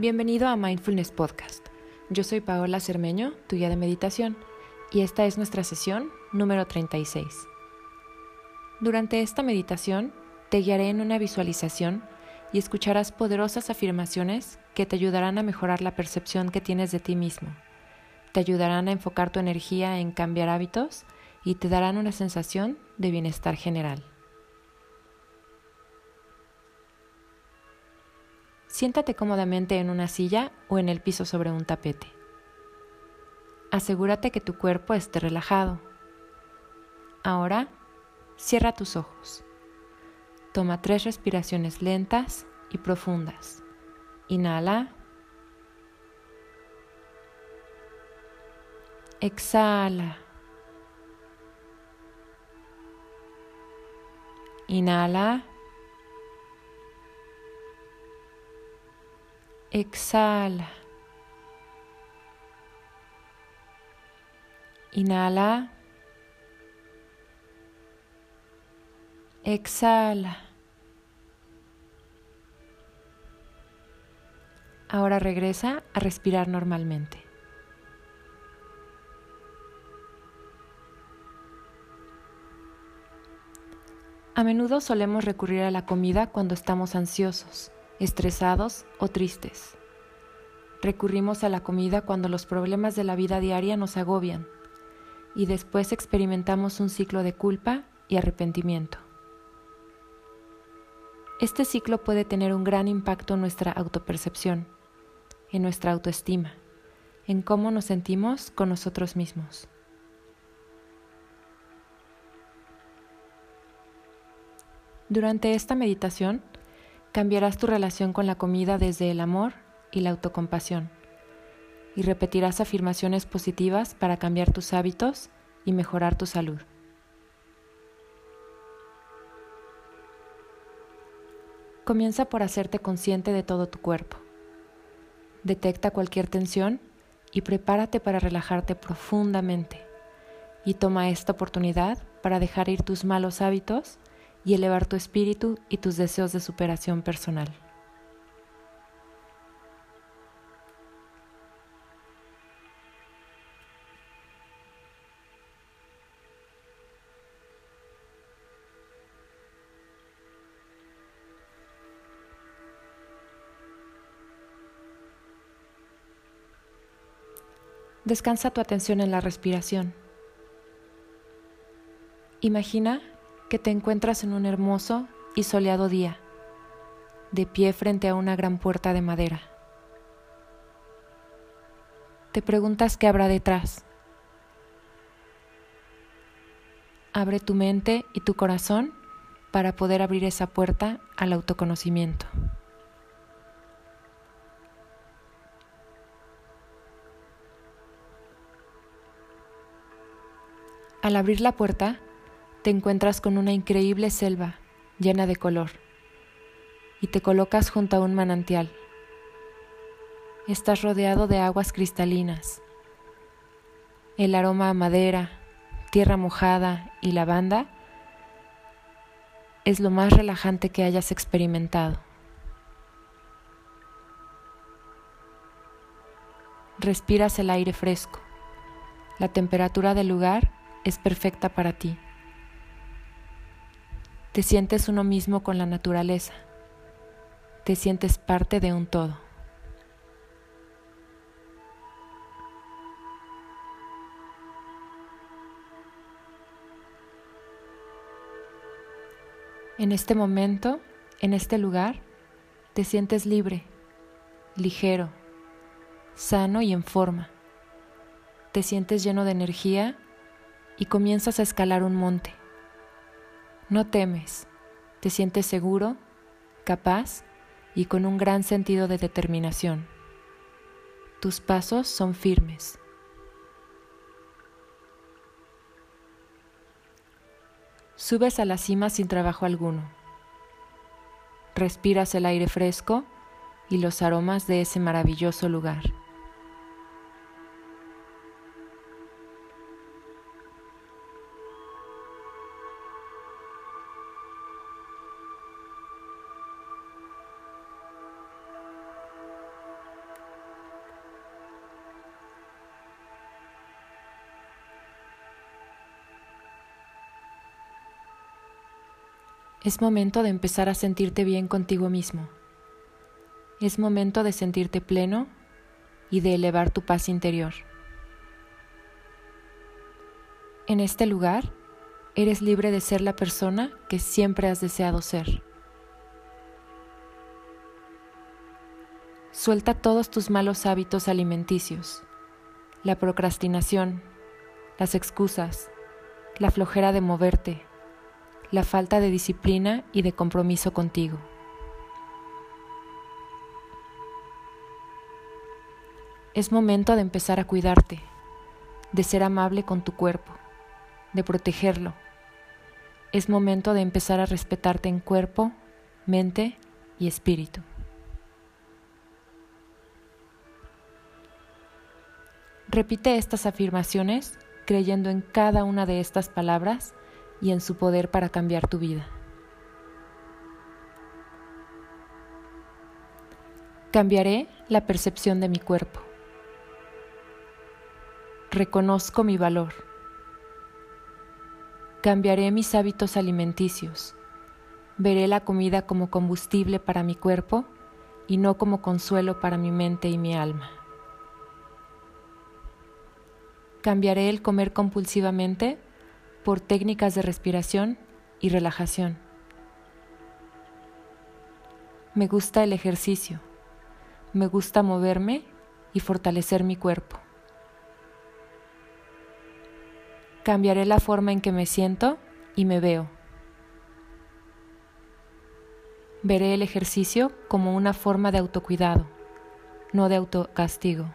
Bienvenido a Mindfulness Podcast. Yo soy Paola Cermeño, tu guía de meditación, y esta es nuestra sesión número 36. Durante esta meditación, te guiaré en una visualización y escucharás poderosas afirmaciones que te ayudarán a mejorar la percepción que tienes de ti mismo, te ayudarán a enfocar tu energía en cambiar hábitos y te darán una sensación de bienestar general. Siéntate cómodamente en una silla o en el piso sobre un tapete. Asegúrate que tu cuerpo esté relajado. Ahora, cierra tus ojos. Toma 3 respiraciones lentas y profundas. Inhala. Exhala. Inhala. Exhala. Inhala. Exhala. Ahora regresa a respirar normalmente. A menudo solemos recurrir a la comida cuando estamos ansiosos, estresados o tristes. Recurrimos a la comida cuando los problemas de la vida diaria nos agobian y después experimentamos un ciclo de culpa y arrepentimiento. Este ciclo puede tener un gran impacto en nuestra autopercepción, en nuestra autoestima, en cómo nos sentimos con nosotros mismos. Durante esta meditación, cambiarás tu relación con la comida desde el amor y la autocompasión, y repetirás afirmaciones positivas para cambiar tus hábitos y mejorar tu salud. Comienza por hacerte consciente de todo tu cuerpo. Detecta cualquier tensión y prepárate para relajarte profundamente. Y toma esta oportunidad para dejar ir tus malos hábitos y elevar tu espíritu y tus deseos de superación personal. Descansa tu atención en la respiración. Imagina que te encuentras en un hermoso y soleado día, de pie frente a una gran puerta de madera. Te preguntas qué habrá detrás. Abre tu mente y tu corazón para poder abrir esa puerta al autoconocimiento. Al abrir la puerta, te encuentras con una increíble selva llena de color y te colocas junto a un manantial. Estás rodeado de aguas cristalinas. El aroma a madera, tierra mojada y lavanda es lo más relajante que hayas experimentado. Respiras el aire fresco. La temperatura del lugar es perfecta para ti. Te sientes uno mismo con la naturaleza. Te sientes parte de un todo. En este momento, en este lugar, te sientes libre, ligero, sano y en forma. Te sientes lleno de energía y comienzas a escalar un monte. No temes, te sientes seguro, capaz y con un gran sentido de determinación. Tus pasos son firmes. Subes a la cima sin trabajo alguno. Respiras el aire fresco y los aromas de ese maravilloso lugar. Es momento de empezar a sentirte bien contigo mismo. Es momento de sentirte pleno y de elevar tu paz interior. En este lugar, eres libre de ser la persona que siempre has deseado ser. Suelta todos tus malos hábitos alimenticios, la procrastinación, las excusas, la flojera de moverte, la falta de disciplina y de compromiso contigo. Es momento de empezar a cuidarte, de ser amable con tu cuerpo, de protegerlo. Es momento de empezar a respetarte en cuerpo, mente y espíritu. Repite estas afirmaciones creyendo en cada una de estas palabras y en su poder para cambiar tu vida. Cambiaré la percepción de mi cuerpo. Reconozco mi valor. Cambiaré mis hábitos alimenticios. Veré la comida como combustible para mi cuerpo y no como consuelo para mi mente y mi alma. Cambiaré el comer compulsivamente por técnicas de respiración y relajación. Me gusta el ejercicio. Me gusta moverme y fortalecer mi cuerpo. Cambiaré la forma en que me siento y me veo. Veré el ejercicio como una forma de autocuidado, no de autocastigo.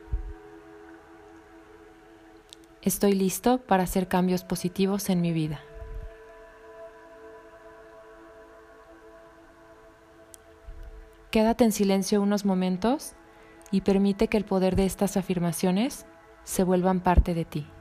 Estoy listo para hacer cambios positivos en mi vida. Quédate en silencio unos momentos y permite que el poder de estas afirmaciones se vuelvan parte de ti.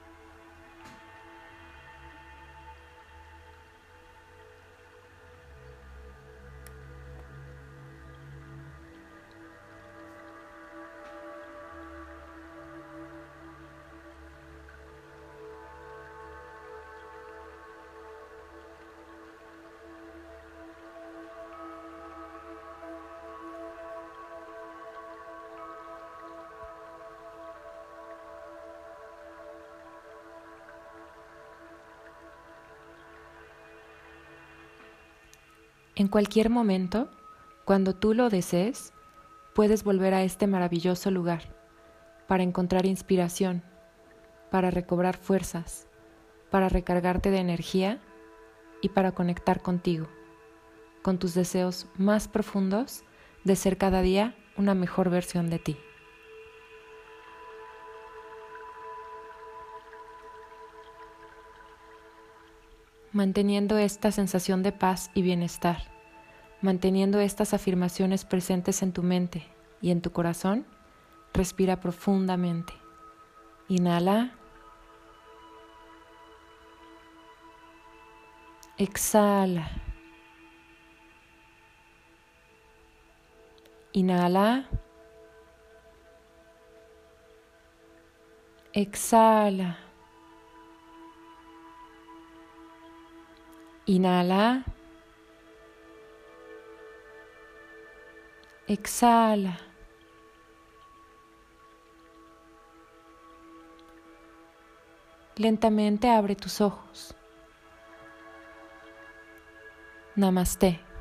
En cualquier momento, cuando tú lo desees, puedes volver a este maravilloso lugar para encontrar inspiración, para recobrar fuerzas, para recargarte de energía y para conectar contigo, con tus deseos más profundos de ser cada día una mejor versión de ti. Manteniendo esta sensación de paz y bienestar, manteniendo estas afirmaciones presentes en tu mente y en tu corazón, respira profundamente. Inhala. Exhala. Inhala. Exhala. Inhala. Exhala. Lentamente abre tus ojos. Namaste.